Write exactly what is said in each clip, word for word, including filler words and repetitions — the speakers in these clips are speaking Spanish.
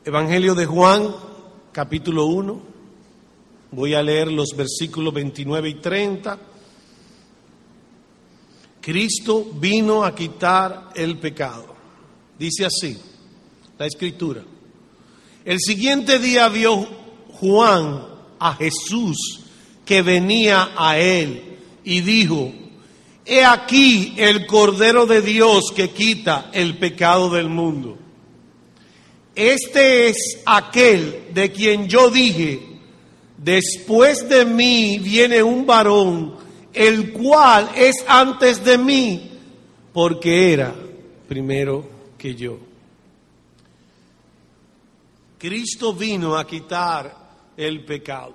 Evangelio de Juan, capítulo uno. Voy a leer los versículos veintinueve y treinta. Cristo vino a quitar el pecado. Dice así la Escritura. El siguiente día vio Juan a Jesús que venía a él y dijo: He aquí el Cordero de Dios que quita el pecado del mundo. Este es aquel de quien yo dije: después de mí viene un varón, el cual es antes de mí, porque era primero que yo. Cristo vino a quitar el pecado.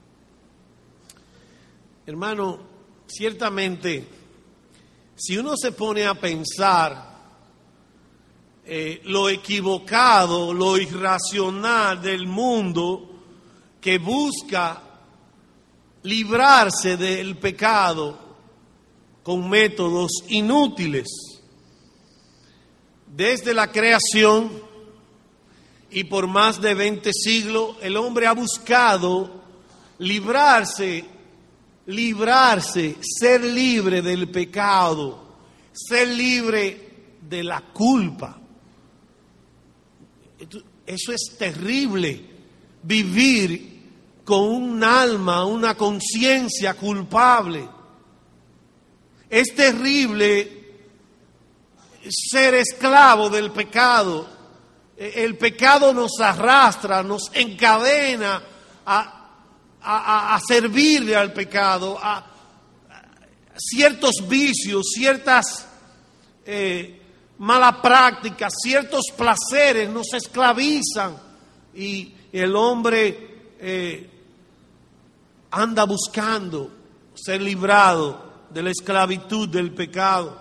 Hermano, ciertamente, si uno se pone a pensar eh, lo equivocado, lo irracional del mundo que busca librarse del pecado con métodos inútiles, desde la creación y por más de veinte siglos, el hombre ha buscado librarse, librarse, ser libre del pecado, ser libre de la culpa. Eso es terrible, vivir con un alma, una conciencia culpable. Es terrible ser esclavo del pecado. El pecado nos arrastra, nos encadena a, a, a servirle al pecado, a, a ciertos vicios, ciertas eh, malas prácticas, ciertos placeres nos esclavizan y el hombre eh, anda buscando ser librado de la esclavitud del pecado.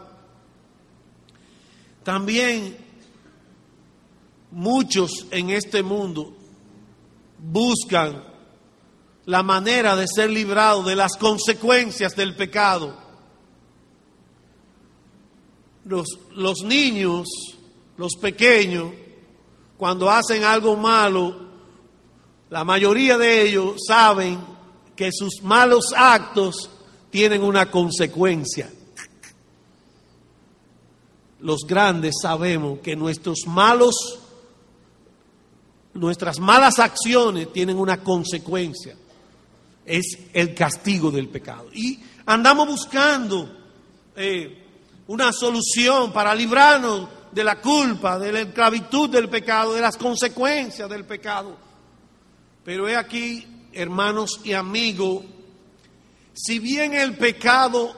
También muchos en este mundo buscan la manera de ser librados de las consecuencias del pecado. Los, los niños, los pequeños, cuando hacen algo malo, la mayoría de ellos saben que sus malos actos tienen una consecuencia. Los grandes sabemos que nuestros malos, nuestras malas acciones tienen una consecuencia. Es el castigo del pecado. Y andamos buscando eh, una solución para librarnos de la culpa, de la esclavitud del pecado, de las consecuencias del pecado. Pero he aquí, hermanos y amigos, si bien el pecado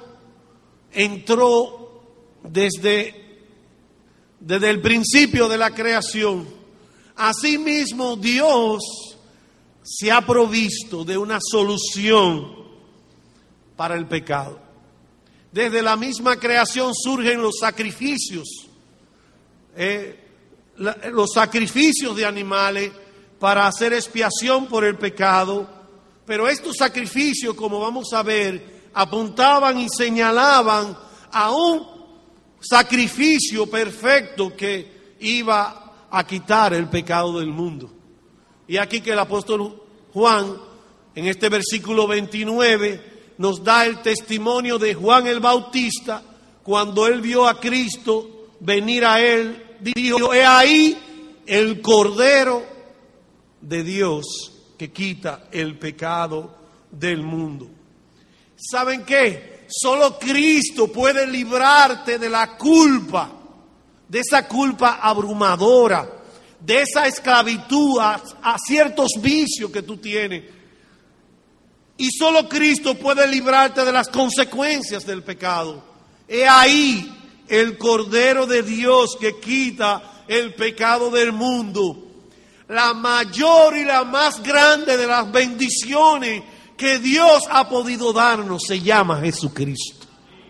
entró desde, desde el principio de la creación, asimismo Dios se ha provisto de una solución para el pecado. Desde la misma creación surgen los sacrificios, eh, la, los sacrificios de animales para hacer expiación por el pecado, pero estos sacrificios, como vamos a ver, apuntaban y señalaban a un sacrificio perfecto que iba a quitar el pecado del mundo. Y aquí que el apóstol Juan, en este versículo veintinueve, nos da el testimonio de Juan el Bautista, cuando él vio a Cristo venir a él, dijo: he ahí el Cordero de Dios que quita el pecado del mundo. ¿Saben qué? Solo Cristo puede librarte de la culpa, de esa culpa abrumadora, de esa esclavitud a, a ciertos vicios que tú tienes. Y solo Cristo puede librarte de las consecuencias del pecado. He ahí el Cordero de Dios que quita el pecado del mundo. La mayor y la más grande de las bendiciones que Dios ha podido darnos se llama Jesucristo.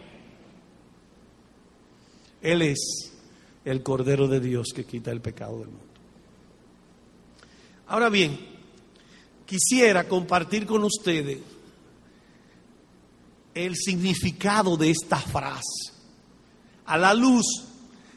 Él es el Cordero de Dios que quita el pecado del mundo. Ahora bien, quisiera compartir con ustedes el significado de esta frase a la luz del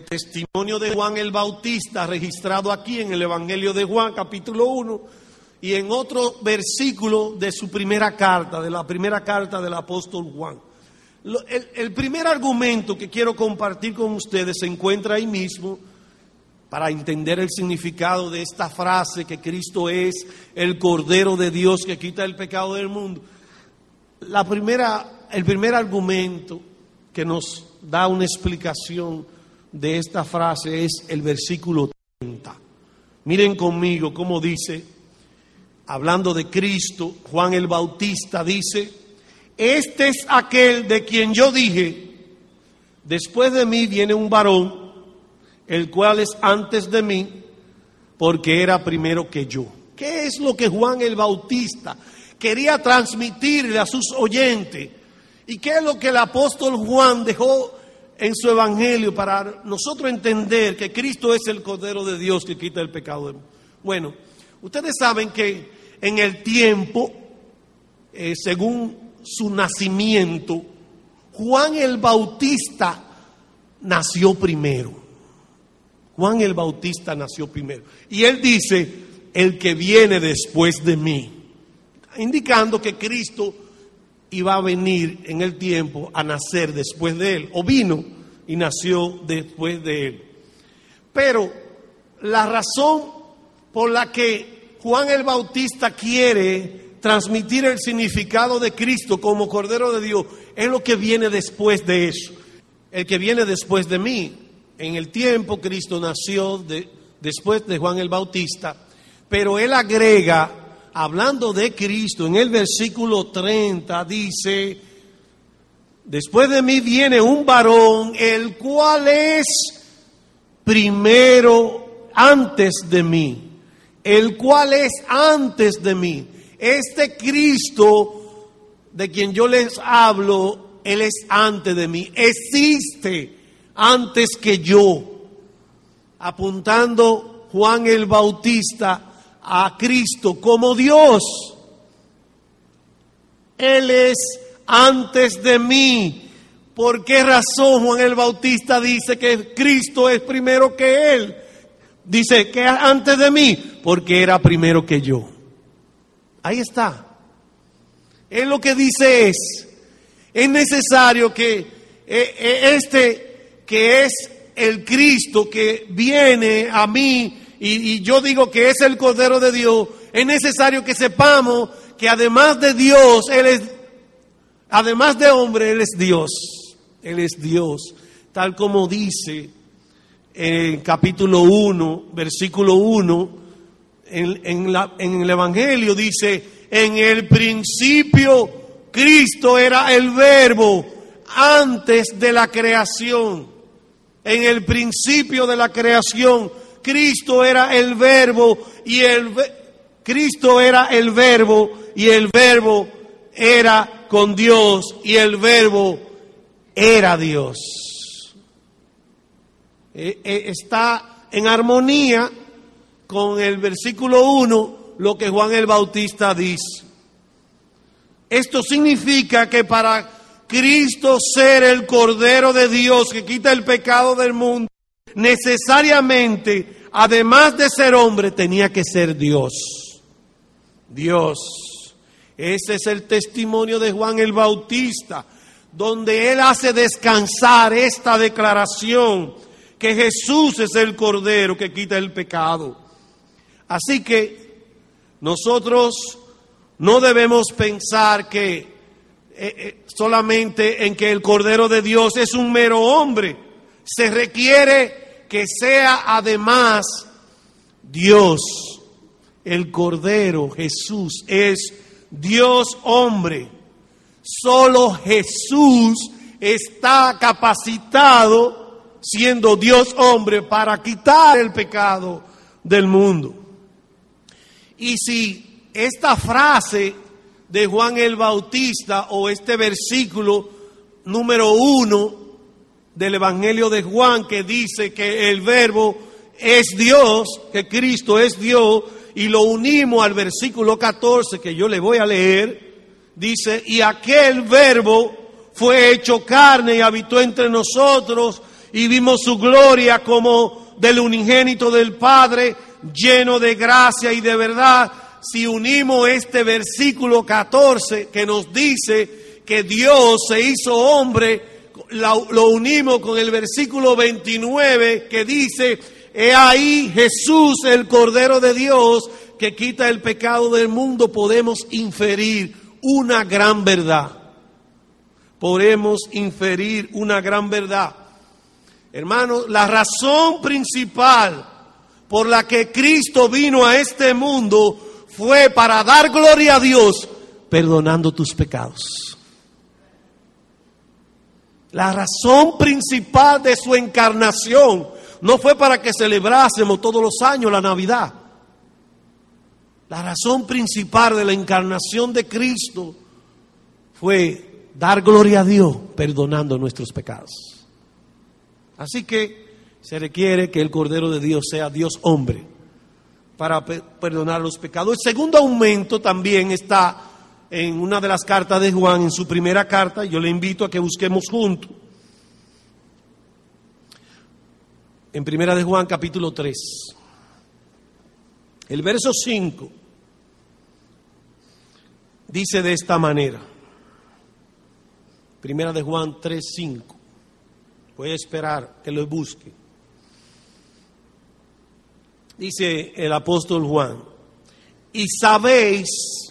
testimonio de Juan el Bautista registrado aquí en el Evangelio de Juan, capítulo uno, y en otro versículo de su primera carta, de la primera carta del apóstol Juan. El, el primer argumento que quiero compartir con ustedes se encuentra ahí mismo para entender el significado de esta frase que Cristo es el Cordero de Dios que quita el pecado del mundo. La primera, el primer argumento que nos da una explicación de esta frase es el versículo treinta. Miren conmigo cómo dice, hablando de Cristo, Juan el Bautista dice: este es aquel de quien yo dije, después de mí viene un varón, el cual es antes de mí, porque era primero que yo. ¿Qué es lo que Juan el Bautista quería transmitirle a sus oyentes? ¿Y qué es lo que el apóstol Juan dejó en su evangelio para nosotros entender que Cristo es el Cordero de Dios que quita el pecado del mundo? Bueno, ustedes saben que en el tiempo, eh, según su nacimiento, Juan el Bautista nació primero. Juan el Bautista nació primero. Y él dice, el que viene después de mí, indicando que Cristo iba a venir en el tiempo a nacer después de él, o vino y nació después de él. Pero la razón por la que Juan el Bautista quiere transmitir el significado de Cristo como Cordero de Dios es lo que viene después de eso. El que viene después de mí. En el tiempo Cristo nació de, después de Juan el Bautista, pero él agrega, hablando de Cristo, en el versículo treinta dice: después de mí viene un varón, el cual es primero antes de mí, el cual es antes de mí. Este Cristo de quien yo les hablo, él es antes de mí, existe antes que yo, apuntando Juan el Bautista a Cristo como Dios. Él es antes de mí. ¿Por qué razón Juan el Bautista dice que Cristo es primero que él? Dice que antes de mí, porque era primero que yo. Ahí está. Él lo que dice es, es necesario que este, que es el Cristo que viene a mí, y, y yo digo que es el Cordero de Dios, es necesario que sepamos que además de Dios, Él es, además de hombre, Él es Dios. Él es Dios, tal como dice en capítulo uno, versículo uno, en, en, la, en el Evangelio dice: en el principio Cristo era el Verbo antes de la creación. En el principio de la creación, Cristo era el Verbo y el Cristo era el Verbo y el Verbo era con Dios y el Verbo era Dios. Eh, eh, está en armonía con el versículo uno lo que Juan el Bautista dice. Esto significa que para Cristo ser el Cordero de Dios que quita el pecado del mundo, necesariamente, además de ser hombre, tenía que ser Dios. Dios. Ese es el testimonio de Juan el Bautista, donde él hace descansar esta declaración, que Jesús es el Cordero que quita el pecado. Así que nosotros no debemos pensar que Eh, eh, solamente en que el Cordero de Dios es un mero hombre. Se requiere que sea además Dios. El Cordero, Jesús, es Dios hombre. Solo Jesús está capacitado, siendo Dios hombre, para quitar el pecado del mundo. Y si esta frase de Juan el Bautista, o este versículo número uno del Evangelio de Juan, que dice que el Verbo es Dios, que Cristo es Dios, y lo unimos al versículo catorce que yo le voy a leer, dice: y aquel Verbo fue hecho carne y habitó entre nosotros, y vimos su gloria como del unigénito del Padre, lleno de gracia y de verdad. Si unimos este versículo catorce que nos dice que Dios se hizo hombre, lo unimos con el versículo veintinueve que dice: he ahí Jesús, el Cordero de Dios, que quita el pecado del mundo. Podemos inferir una gran verdad. Podemos inferir una gran verdad. Hermanos, la razón principal por la que Cristo vino a este mundo fue para dar gloria a Dios, perdonando tus pecados. La razón principal de su encarnación no fue para que celebrásemos todos los años la Navidad. La razón principal de la encarnación de Cristo fue dar gloria a Dios, perdonando nuestros pecados. Así que se requiere que el Cordero de Dios sea Dios hombre para perdonar los pecados. El segundo aumento también está en una de las cartas de Juan, en su primera carta. Yo le invito a que busquemos juntos. En primera de Juan, capítulo tres. El verso cinco dice de esta manera. Primera de Juan tres, cinco. Voy a esperar que lo busque. Dice el apóstol Juan: y sabéis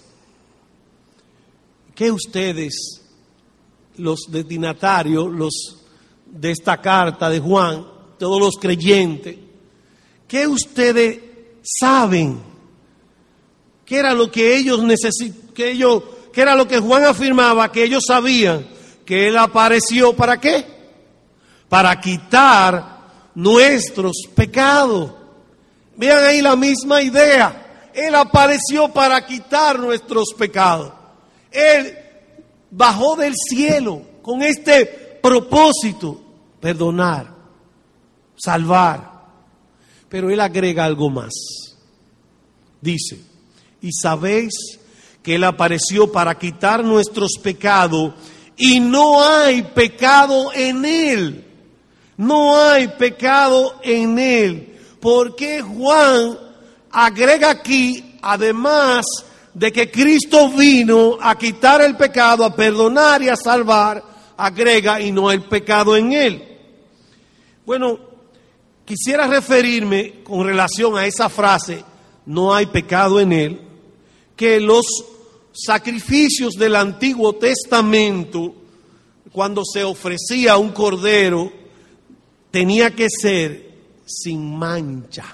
que ustedes, los destinatarios, los de esta carta de Juan, todos los creyentes, que ustedes saben que era lo que ellos necesitaban, que ellos, que era lo que Juan afirmaba, que ellos sabían, que Él apareció ¿para qué? Para quitar nuestros pecados. Vean ahí la misma idea. Él apareció para quitar nuestros pecados. Él bajó del cielo con este propósito: perdonar, salvar. Pero Él agrega algo más. Dice: y sabéis que Él apareció para quitar nuestros pecados, y no hay pecado en Él. No hay pecado en Él. ¿Por qué Juan agrega aquí, además de que Cristo vino a quitar el pecado, a perdonar y a salvar, agrega: y no hay pecado en Él? Bueno, quisiera referirme con relación a esa frase, no hay pecado en Él, que los sacrificios del Antiguo Testamento, cuando se ofrecía un cordero, tenía que ser sin mancha,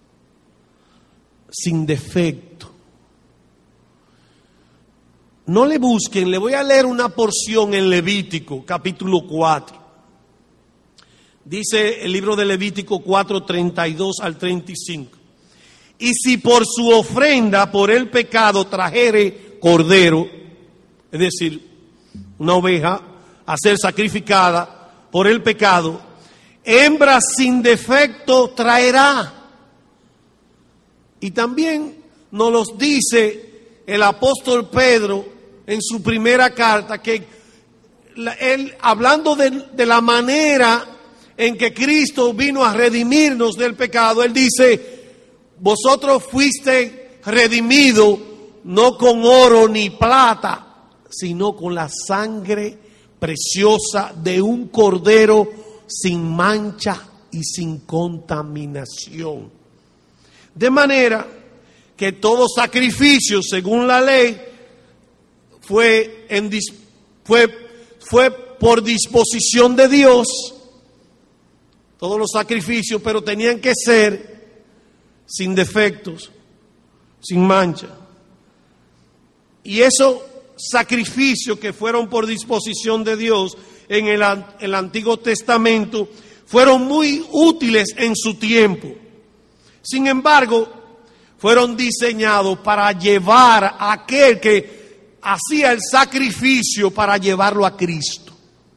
sin defecto. No le busquen, le voy a leer una porción en Levítico, capítulo cuatro. Dice el libro de Levítico cuatro, treinta y dos al treinta y cinco. Y si por su ofrenda por el pecado trajere cordero, es decir, una oveja a ser sacrificada por el pecado, hembra sin defecto traerá. Y también nos los dice el apóstol Pedro en su primera carta, que él, hablando de, de la manera en que Cristo vino a redimirnos del pecado, él dice: vosotros fuiste redimidos no con oro ni plata, sino con la sangre preciosa de un cordero sin mancha y sin contaminación. De manera que todo sacrificio, según la ley, fue, en, fue, fue por disposición de Dios. Todos los sacrificios, pero tenían que ser sin defectos, sin mancha. Y esos sacrificios que fueron por disposición de Dios en el, el Antiguo Testamento fueron muy útiles en su tiempo. Sin embargo, fueron diseñados para llevar a aquel que hacía el sacrificio, para llevarlo a Cristo.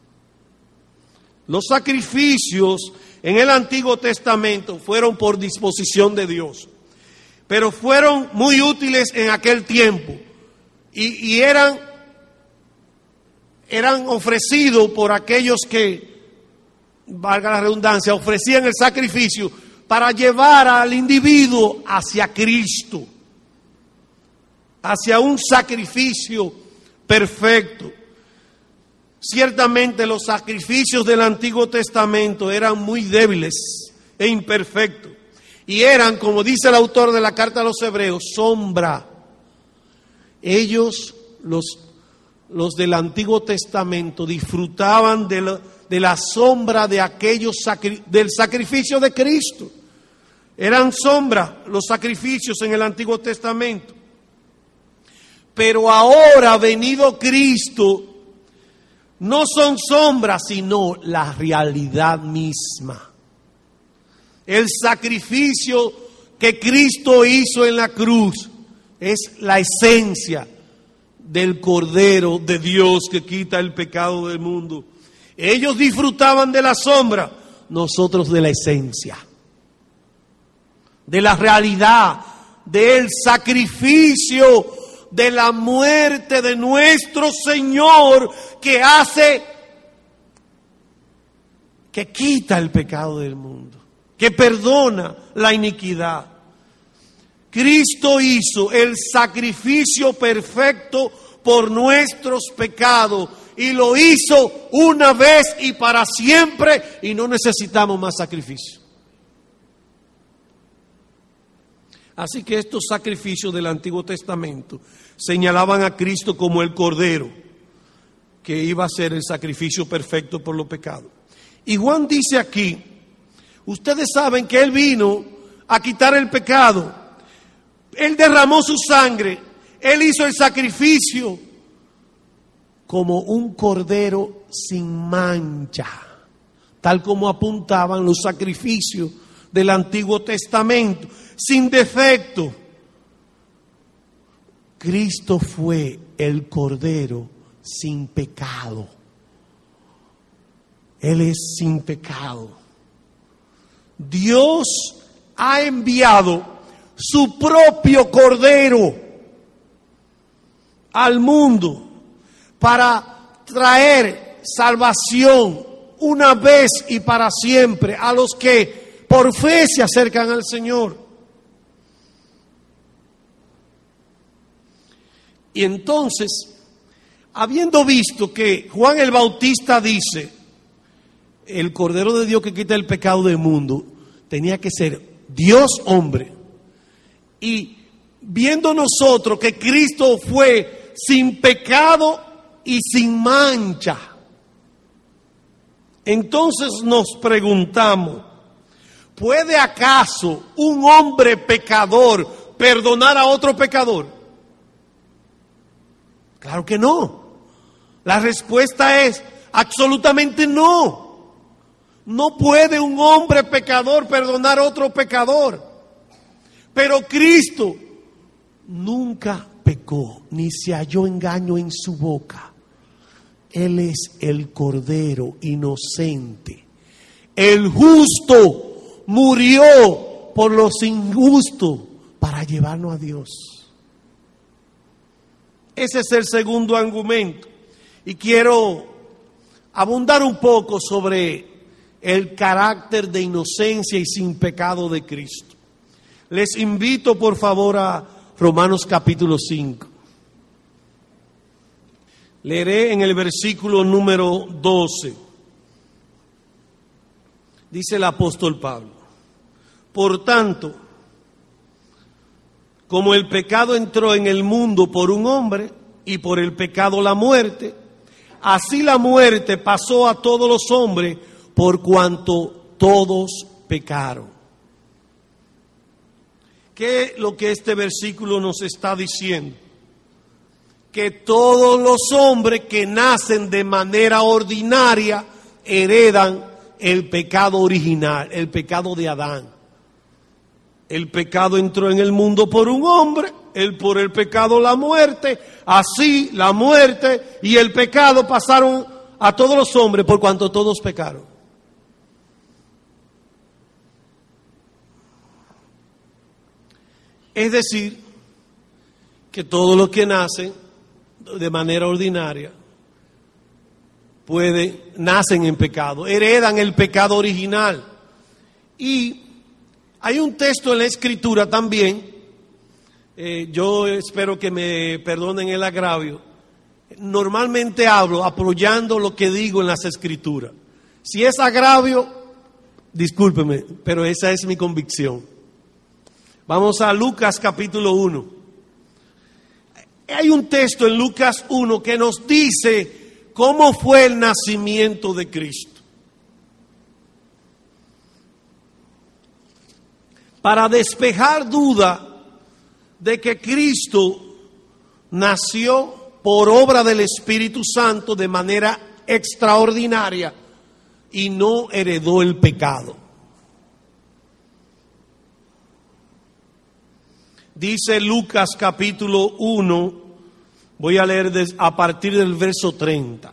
Los sacrificios en el Antiguo Testamento fueron por disposición de Dios, pero fueron muy útiles en aquel tiempo y, y eran, eran ofrecidos por aquellos que valga la redundancia, ofrecían el sacrificio para llevar al individuo hacia Cristo, hacia un sacrificio perfecto. Ciertamente los sacrificios del Antiguo Testamento eran muy débiles e imperfectos y eran, como dice el autor de la carta a los Hebreos, sombra. Ellos, los, los del Antiguo Testamento, disfrutaban de la, de la sombra de aquellos sacri, del sacrificio de Cristo. Eran sombra los sacrificios en el Antiguo Testamento. Pero ahora, venido Cristo, no son sombras, sino la realidad misma. El sacrificio que Cristo hizo en la cruz es la esencia del Cordero de Dios que quita el pecado del mundo. Ellos disfrutaban de la sombra, nosotros de la esencia, de la realidad, del sacrificio, de la muerte de nuestro Señor que hace, que quita el pecado del mundo, que perdona la iniquidad. Cristo hizo el sacrificio perfecto por nuestros pecados y lo hizo una vez y para siempre y no necesitamos más sacrificio. Así que estos sacrificios del Antiguo Testamento señalaban a Cristo como el Cordero que iba a ser el sacrificio perfecto por los pecados. Y Juan dice aquí, ustedes saben que Él vino a quitar el pecado. Él derramó su sangre, Él hizo el sacrificio como un cordero sin mancha, tal como apuntaban los sacrificios del Antiguo Testamento, sin defecto. Cristo fue el cordero sin pecado. Él es sin pecado. Dios ha enviado su propio cordero al mundo para traer salvación una vez y para siempre a los que por fe se acercan al Señor. Y entonces, habiendo visto que Juan el Bautista dice, el Cordero de Dios que quita el pecado del mundo, tenía que ser Dios hombre. Y viendo nosotros que Cristo fue sin pecado y sin mancha, entonces nos preguntamos, ¿puede acaso un hombre pecador perdonar a otro pecador? Claro que no. La respuesta es absolutamente no. No puede un hombre pecador perdonar a otro pecador. Pero Cristo nunca pecó, ni se halló engaño en su boca. Él es el Cordero inocente. El justo murió por los injustos para llevarnos a Dios. Ese es el segundo argumento. Y quiero abundar un poco sobre el carácter de inocencia y sin pecado de Cristo. Les invito por favor a Romanos capítulo cinco. Leeré en el versículo número doce. Dice el apóstol Pablo: por tanto, como el pecado entró en el mundo por un hombre y por el pecado la muerte, así la muerte pasó a todos los hombres por cuanto todos pecaron. ¿Qué es lo que este versículo nos está diciendo? Que todos los hombres que nacen de manera ordinaria heredan el pecado original, el pecado de Adán. El pecado entró en el mundo por un hombre, él por el pecado la muerte, así la muerte y el pecado pasaron a todos los hombres por cuanto todos pecaron. Es decir, que todos los que nacen de manera ordinaria puede, nacen en pecado, heredan el pecado original. Y hay un texto en la Escritura también, eh, yo espero que me perdonen el agravio, normalmente hablo apoyando lo que digo en las Escrituras. Si es agravio, discúlpeme, pero esa es mi convicción. Vamos a Lucas capítulo uno. Hay un texto en Lucas uno que nos dice cómo fue el nacimiento de Cristo. Para despejar duda de que Cristo nació por obra del Espíritu Santo de manera extraordinaria y no heredó el pecado. Dice Lucas capítulo uno, voy a leer a partir del verso treinta.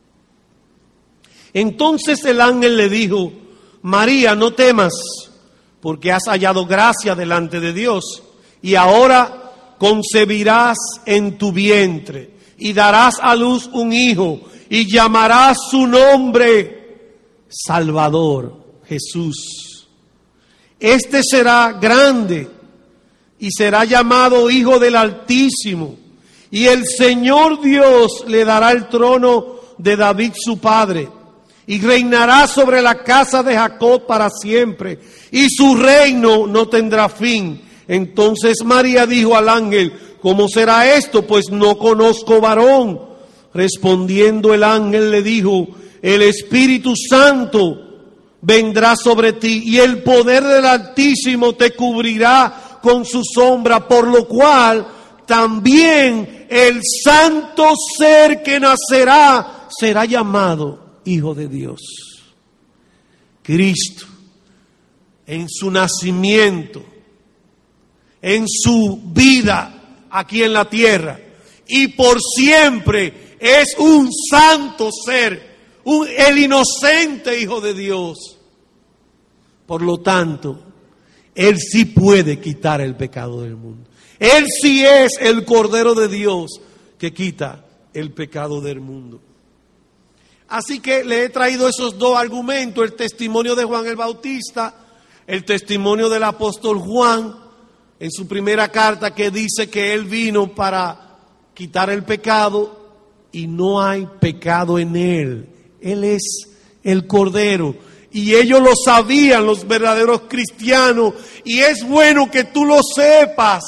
Entonces el ángel le dijo: María, no temas, porque has hallado gracia delante de Dios, y ahora concebirás en tu vientre, y darás a luz un hijo, y llamarás su nombre Salvador, Jesús. Este será grande y será llamado Hijo del Altísimo, y el Señor Dios le dará el trono de David su padre, y reinará sobre la casa de Jacob para siempre, y su reino no tendrá fin. Entonces María dijo al ángel: ¿cómo será esto? Pues no conozco varón. Respondiendo el ángel le dijo: el Espíritu Santo vendrá sobre ti, y el poder del Altísimo te cubrirá con su sombra, por lo cual también el santo ser que nacerá será llamado Hijo de Dios. Cristo, en su nacimiento, en su vida aquí en la tierra, y por siempre es un santo ser, un, el inocente Hijo de Dios. Por lo tanto, Él sí puede quitar el pecado del mundo. Él sí es el Cordero de Dios que quita el pecado del mundo. Así que le he traído esos dos argumentos: el testimonio de Juan el Bautista, el testimonio del apóstol Juan en su primera carta, que dice que Él vino para quitar el pecado y no hay pecado en Él. Él es el Cordero. Y ellos lo sabían, los verdaderos cristianos. Y es bueno que tú lo sepas.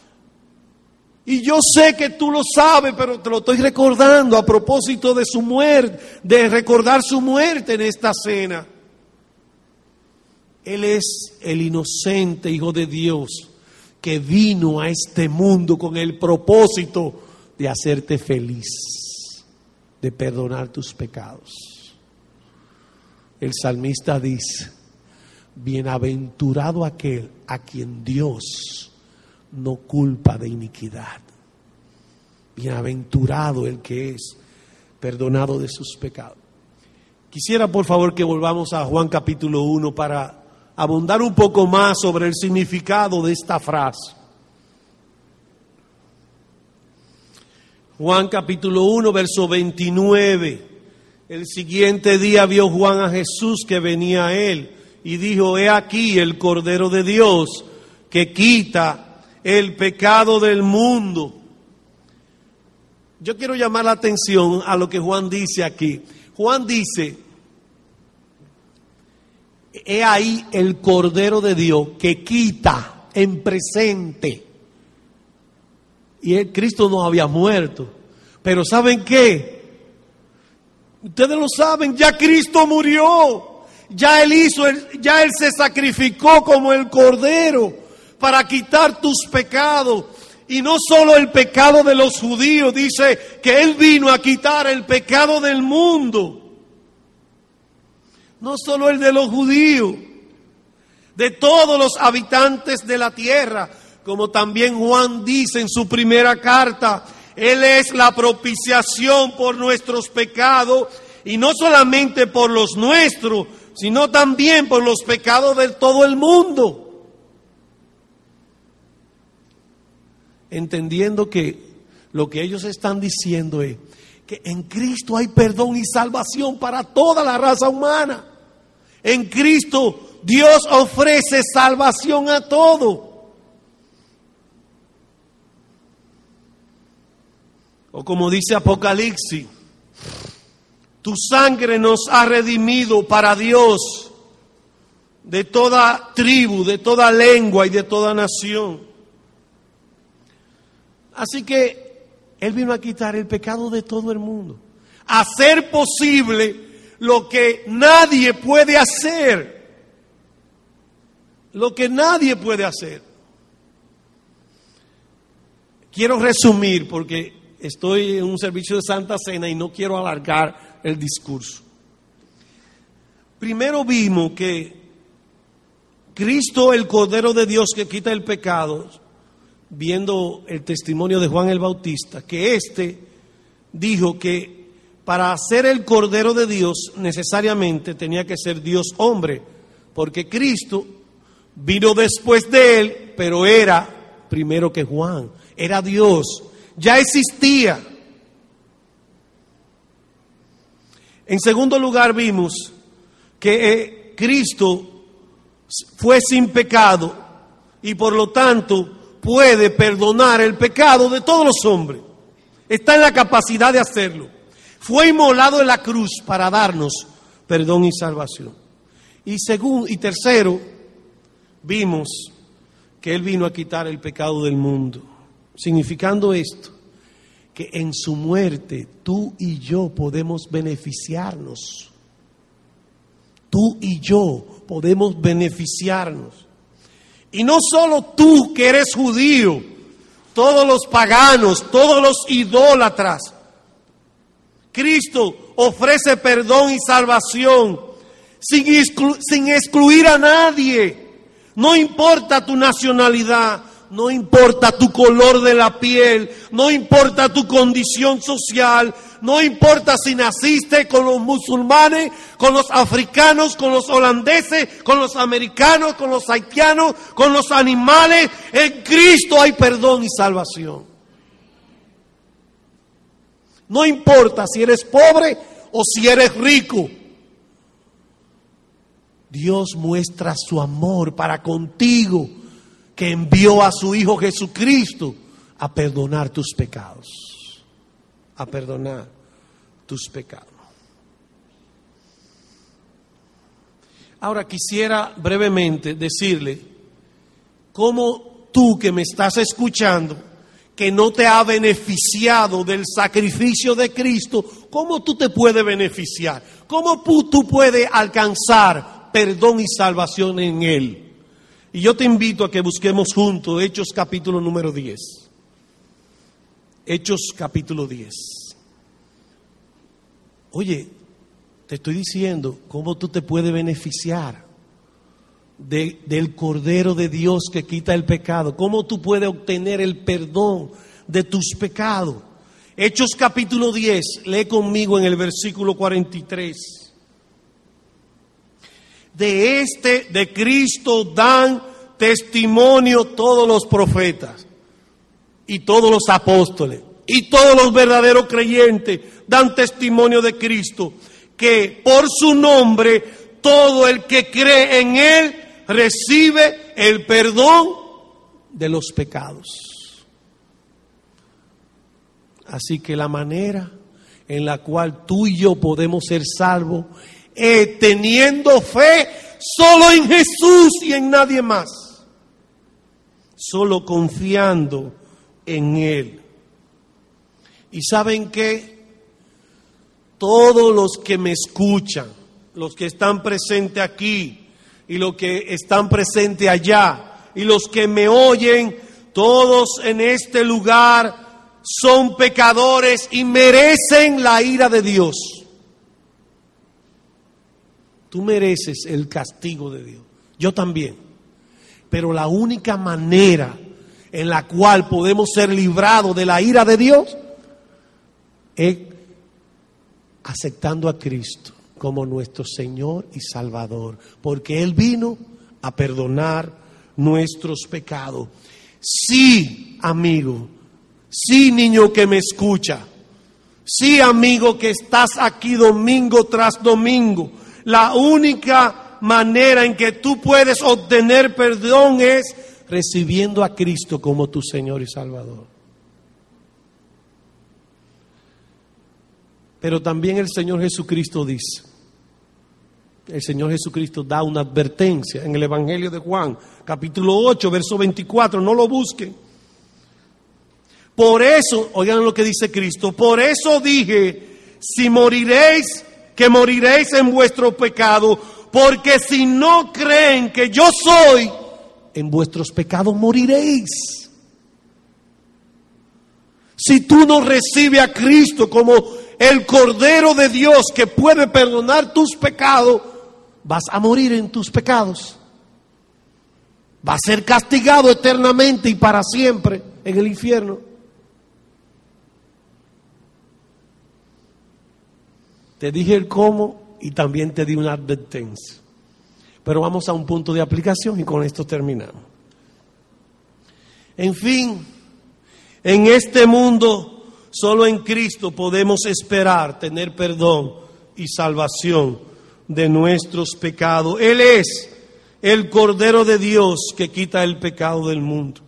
Y yo sé que tú lo sabes, pero te lo estoy recordando a propósito de su muerte, de recordar su muerte en esta cena. Él es el inocente Hijo de Dios que vino a este mundo con el propósito de hacerte feliz, de perdonar tus pecados. El salmista dice: bienaventurado aquel a quien Dios no culpa de iniquidad. Bienaventurado el que es perdonado de sus pecados. Quisiera por favor que volvamos a Juan capítulo uno para abundar un poco más sobre el significado de esta frase. Juan capítulo uno, verso veintinueve. El siguiente día vio Juan a Jesús que venía a él y dijo: he aquí el Cordero de Dios que quita el pecado del mundo. Yo quiero llamar la atención a lo que Juan dice aquí. Juan dice: he ahí el Cordero de Dios que quita en presente. Y el Cristo no había muerto. Pero ¿saben qué? Ustedes lo saben, ya Cristo murió. Ya Él hizo, ya Él se sacrificó como el Cordero para quitar tus pecados. Y no solo el pecado de los judíos, dice que Él vino a quitar el pecado del mundo. No solo el de los judíos, de todos los habitantes de la tierra. Como también Juan dice en su primera carta, Él es la propiciación por nuestros pecados, y no solamente por los nuestros, sino también por los pecados de todo el mundo. Entendiendo que lo que ellos están diciendo es que en Cristo hay perdón y salvación para toda la raza humana. En Cristo Dios ofrece salvación a todo. O como dice Apocalipsis, tu sangre nos ha redimido para Dios de toda tribu, de toda lengua y de toda nación. Así que Él vino a quitar el pecado de todo el mundo, a hacer posible lo que nadie puede hacer, lo que nadie puede hacer. Quiero resumir porque estoy en un servicio de Santa Cena y no quiero alargar el discurso. Primero vimos que Cristo, el Cordero de Dios que quita el pecado, viendo el testimonio de Juan el Bautista, que éste dijo que para ser el Cordero de Dios necesariamente tenía que ser Dios hombre, porque Cristo vino después de él, pero era primero que Juan, era Dios, ya existía. En segundo lugar vimos que eh, Cristo fue sin pecado y por lo tanto puede perdonar el pecado de todos los hombres. Está en la capacidad de hacerlo. Fue inmolado en la cruz para darnos perdón y salvación. Y segundo, y tercero, vimos que Él vino a quitar el pecado del mundo, significando esto, que en su muerte tú y yo podemos beneficiarnos. Tú y yo podemos beneficiarnos. Y no solo tú que eres judío, todos los paganos, todos los idólatras. Cristo ofrece perdón y salvación sin, exclu- sin excluir a nadie. No importa tu nacionalidad, no importa tu color de la piel, no importa tu condición social, no importa si naciste con los musulmanes, con los africanos, con los holandeses, con los americanos, con los haitianos, con los animales. En Cristo hay perdón y salvación. No importa si eres pobre o si eres rico. Dios muestra su amor para contigo, que envió a su Hijo Jesucristo a perdonar tus pecados. A perdonar tus pecados. Ahora quisiera brevemente decirle cómo tú que me estás escuchando, que no te ha beneficiado del sacrificio de Cristo, cómo tú te puedes beneficiar, cómo tú puedes alcanzar perdón y salvación en Él. Y yo te invito a que busquemos juntos Hechos capítulo número diez. Hechos capítulo diez. Oye, te estoy diciendo cómo tú te puedes beneficiar de, del Cordero de Dios que quita el pecado. Cómo tú puedes obtener el perdón de tus pecados. Hechos capítulo diez, lee conmigo en el versículo cuarenta y tres. De este, de Cristo, dan testimonio todos los profetas y todos los apóstoles y todos los verdaderos creyentes dan testimonio de Cristo, que por su nombre todo el que cree en Él recibe el perdón de los pecados. Así que la manera en la cual tú y yo podemos ser salvos es teniendo fe solo en Jesús y en nadie más. Solo confiando en Él. ¿Y saben qué? Todos los que me escuchan, los que están presentes aquí y los que están presentes allá y los que me oyen, todos en este lugar son pecadores y merecen la ira de Dios. Tú mereces el castigo de Dios. Yo también. Pero la única manera en la cual podemos ser librados de la ira de Dios es aceptando a Cristo como nuestro Señor y Salvador. Porque Él vino a perdonar nuestros pecados. Sí, amigo. Sí, niño que me escucha. Sí, amigo, que estás aquí domingo tras domingo. La única manera en que tú puedes obtener perdón es recibiendo a Cristo como tu Señor y Salvador. Pero también el Señor Jesucristo dice, el Señor Jesucristo da una advertencia en el Evangelio de Juan, capítulo ocho, verso veinticuatro, no lo busquen. Por eso, oigan lo que dice Cristo, por eso dije, si moriréis, que moriréis en vuestro pecado, porque si no creen que yo soy, en vuestros pecados moriréis. Si tú no recibes a Cristo como el Cordero de Dios que puede perdonar tus pecados, vas a morir en tus pecados. Vas a ser castigado eternamente y para siempre en el infierno. Te dije el cómo y también te di una advertencia. Pero vamos a un punto de aplicación y con esto terminamos. En fin, en este mundo solo en Cristo podemos esperar tener perdón y salvación de nuestros pecados. Él es el Cordero de Dios que quita el pecado del mundo.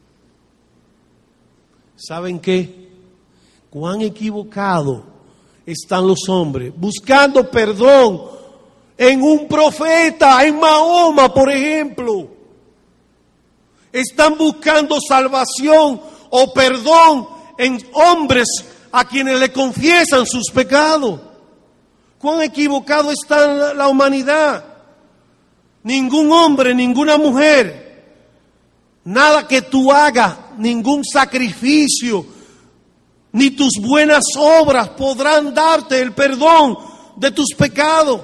¿Saben qué? Cuán equivocado están los hombres buscando perdón en un profeta, en Mahoma, por ejemplo. Están buscando salvación o perdón en hombres a quienes le confiesan sus pecados. Cuán equivocado está la humanidad. Ningún hombre, ninguna mujer, nada que tú hagas, ningún sacrificio, ni tus buenas obras podrán darte el perdón de tus pecados.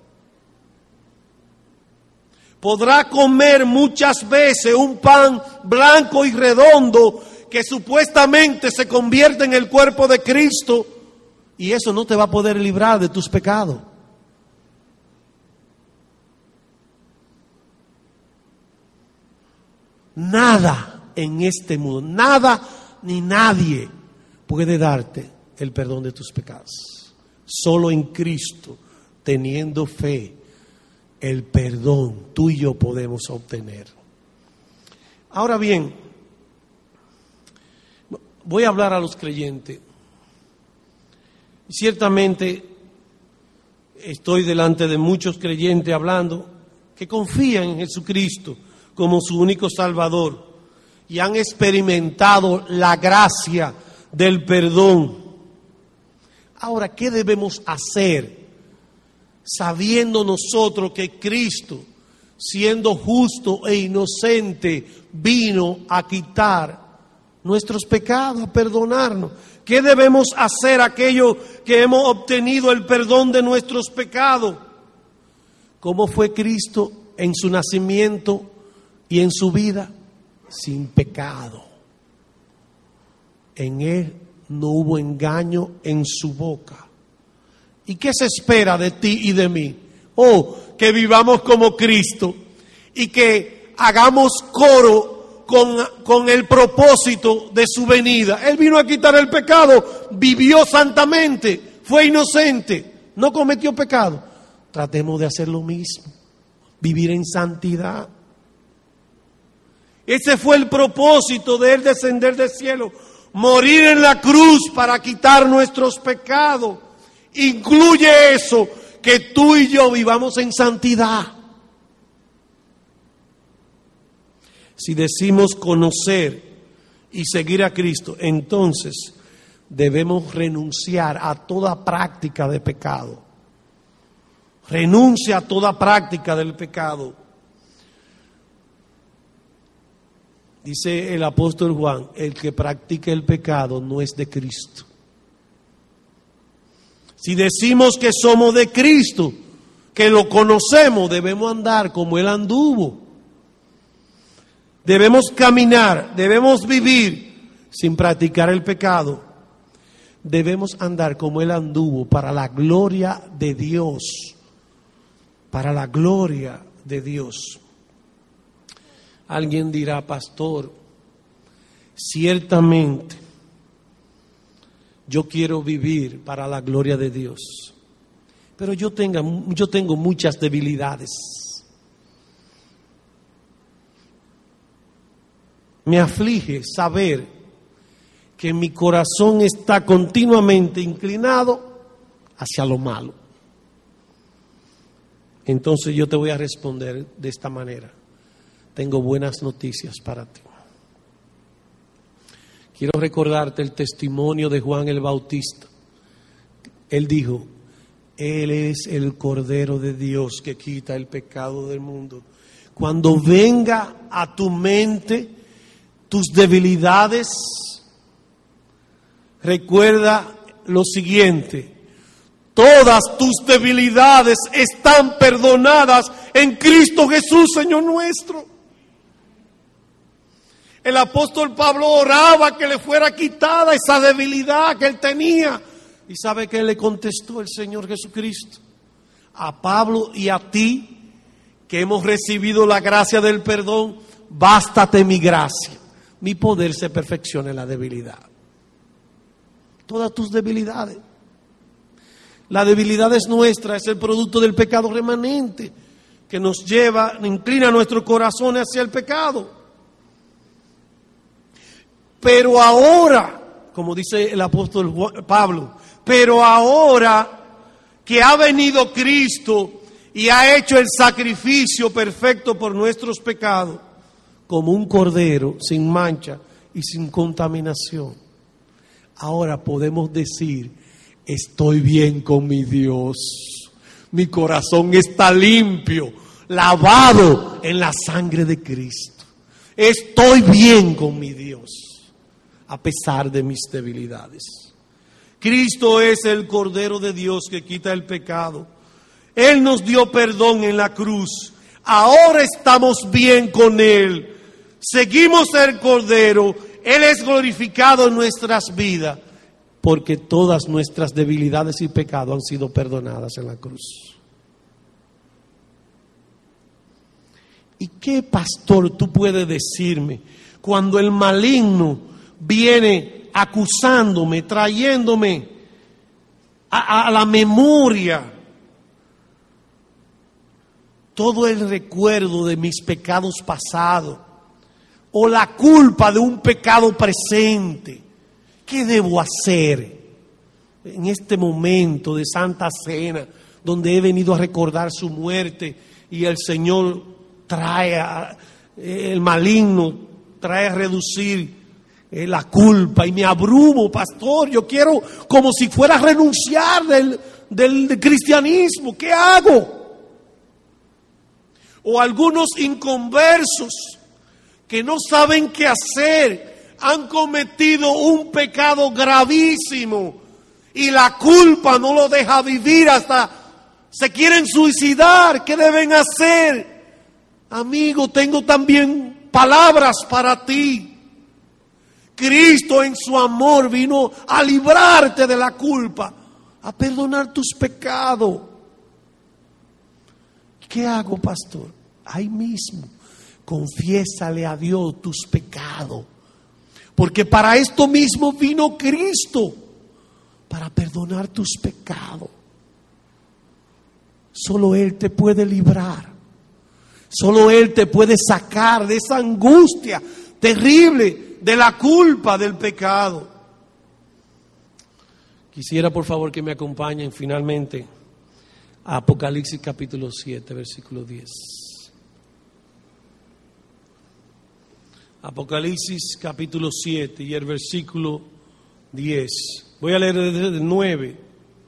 Podrá comer muchas veces un pan blanco y redondo que supuestamente se convierte en el cuerpo de Cristo, y eso no te va a poder librar de tus pecados. Nada en este mundo, nada ni nadie puede darte el perdón de tus pecados. Solo en Cristo, teniendo fe, el perdón tú y yo podemos obtener. Ahora bien, voy a hablar a los creyentes. Ciertamente estoy delante de muchos creyentes hablando que confían en Jesucristo como su único Salvador y han experimentado la gracia del perdón. Ahora, ¿qué debemos hacer sabiendo nosotros que Cristo, siendo justo e inocente, vino a quitar nuestros pecados, a perdonarnos? ¿Qué debemos hacer aquellos que hemos obtenido el perdón de nuestros pecados? ¿Cómo fue Cristo en su nacimiento y en su vida? Sin pecado. En Él no hubo engaño en su boca. ¿Y qué se espera de ti y de mí? Oh, que vivamos como Cristo y que hagamos coro Con, con el propósito de su venida. Él vino a quitar el pecado, vivió santamente, fue inocente, no cometió pecado. Tratemos de hacer lo mismo, vivir en santidad. Ese fue el propósito de Él descender del cielo, morir en la cruz para quitar nuestros pecados. Incluye eso, que tú y yo vivamos en santidad. Si decimos conocer y seguir a Cristo, entonces debemos renunciar a toda práctica de pecado. Renuncia a toda práctica del pecado. Dice el apóstol Juan, el que practica el pecado no es de Cristo. Si decimos que somos de Cristo, que lo conocemos, debemos andar como Él anduvo. Debemos caminar, debemos vivir sin practicar el pecado. Debemos andar como Él anduvo para la gloria de Dios. Para la gloria de Dios. Alguien dirá, pastor, ciertamente Yo quiero vivir para la gloria de Dios. Pero yo, tenga, yo tengo muchas debilidades. Me aflige saber que mi corazón está continuamente inclinado hacia lo malo. Entonces yo te voy a responder de esta manera. Tengo buenas noticias para ti. Quiero recordarte el testimonio de Juan el Bautista. Él dijo, Él es el Cordero de Dios que quita el pecado del mundo. Cuando venga a tu mente tus debilidades, recuerda lo siguiente: todas tus debilidades están perdonadas en Cristo Jesús, Señor nuestro. El apóstol Pablo oraba que le fuera quitada esa debilidad que él tenía. ¿Y sabe qué le contestó el Señor Jesucristo? A Pablo y a ti, que hemos recibido la gracia del perdón, bástate mi gracia. Mi poder se perfecciona en la debilidad. Todas tus debilidades. La debilidad es nuestra, es el producto del pecado remanente que nos lleva, inclina nuestro corazón hacia el pecado. Pero ahora, como dice el apóstol Pablo, pero ahora que ha venido Cristo y ha hecho el sacrificio perfecto por nuestros pecados, como un cordero sin mancha y sin contaminación, ahora podemos decir: estoy bien con mi Dios. Mi corazón está limpio, lavado en la sangre de Cristo. Estoy bien con mi Dios, a pesar de mis debilidades. Cristo es el Cordero de Dios que quita el pecado. Él nos dio perdón en la cruz. Ahora estamos bien con Él. Seguimos el Cordero. Él es glorificado en nuestras vidas, porque todas nuestras debilidades y pecados han sido perdonadas en la cruz. ¿Y qué, pastor, tú puedes decirme cuando el maligno viene acusándome, trayéndome a, a la memoria todo el recuerdo de mis pecados pasados o la culpa de un pecado presente? ¿Qué debo hacer en este momento de Santa Cena, donde he venido a recordar su muerte y el Señor trae a, el maligno trae a reducir eh, la culpa y me abrumo, pastor? Yo quiero como si fuera a renunciar del, del, del cristianismo. ¿Qué hago? O algunos inconversos que no saben qué hacer, han cometido un pecado gravísimo y la culpa no lo deja vivir, hasta se quieren suicidar. ¿Qué deben hacer? Amigo, tengo también palabras para ti. Cristo en su amor vino a librarte de la culpa, a perdonar tus pecados. ¿Qué hago, pastor? Ahí mismo, confiésale a Dios tus pecados. Porque para esto mismo vino Cristo, para perdonar tus pecados. Solo Él te puede librar. Solo Él te puede sacar de esa angustia terrible, de la culpa del pecado. Quisiera, por favor, que me acompañen finalmente a Apocalipsis capítulo siete, versículo diez. Apocalipsis capítulo siete y el versículo diez. Voy a leer desde el nueve.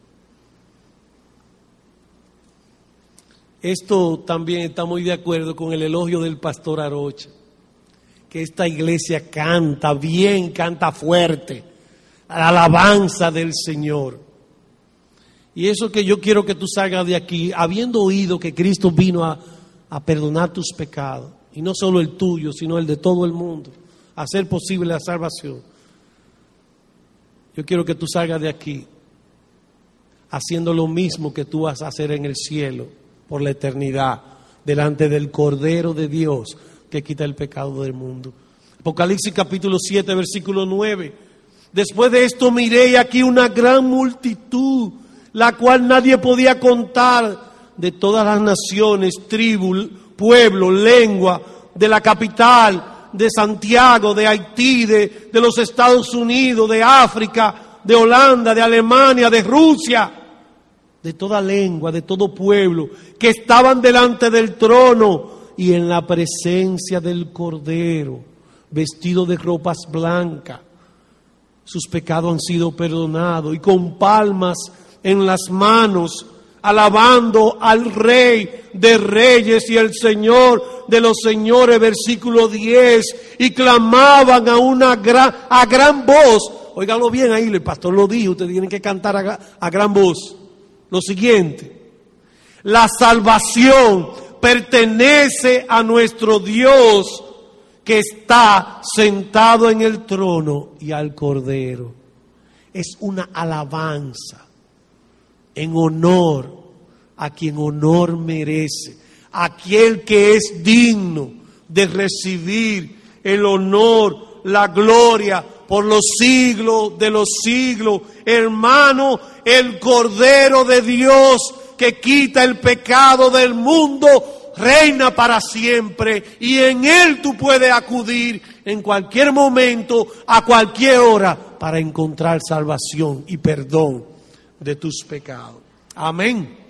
Esto también está muy de acuerdo con el elogio del pastor Arocha, que esta iglesia canta bien, canta fuerte, la alabanza del Señor. Y eso que yo quiero que tú salgas de aquí, habiendo oído que Cristo vino a, a perdonar tus pecados, y no solo el tuyo, sino el de todo el mundo, a hacer posible la salvación. Yo quiero que tú salgas de aquí haciendo lo mismo que tú vas a hacer en el cielo por la eternidad, delante del Cordero de Dios que quita el pecado del mundo. Apocalipsis capítulo siete, versículo nueve. Después de esto miré y aquí una gran multitud, la cual nadie podía contar, de todas las naciones, tribus, pueblos, lengua, de la capital, de Santiago, de Haití, de, de los Estados Unidos, de África, de Holanda, de Alemania, de Rusia, de toda lengua, de todo pueblo, que estaban delante del trono y en la presencia del Cordero, vestido de ropas blancas. Sus pecados han sido perdonados, y con palmas en las manos, alabando al Rey de Reyes y el Señor de los Señores, versículo diez, y clamaban a una gran, a gran voz. Óigalo bien ahí, el pastor lo dijo, ustedes tienen que cantar a, a gran voz. Lo siguiente: la salvación pertenece a nuestro Dios, que está sentado en el trono, y al Cordero. Es una alabanza en honor a quien honor merece, aquel que es digno de recibir el honor, la gloria por los siglos de los siglos. Hermano, el Cordero de Dios que quita el pecado del mundo reina para siempre, y en Él tú puedes acudir en cualquier momento, a cualquier hora, para encontrar salvación y perdón de tus pecados. Amén.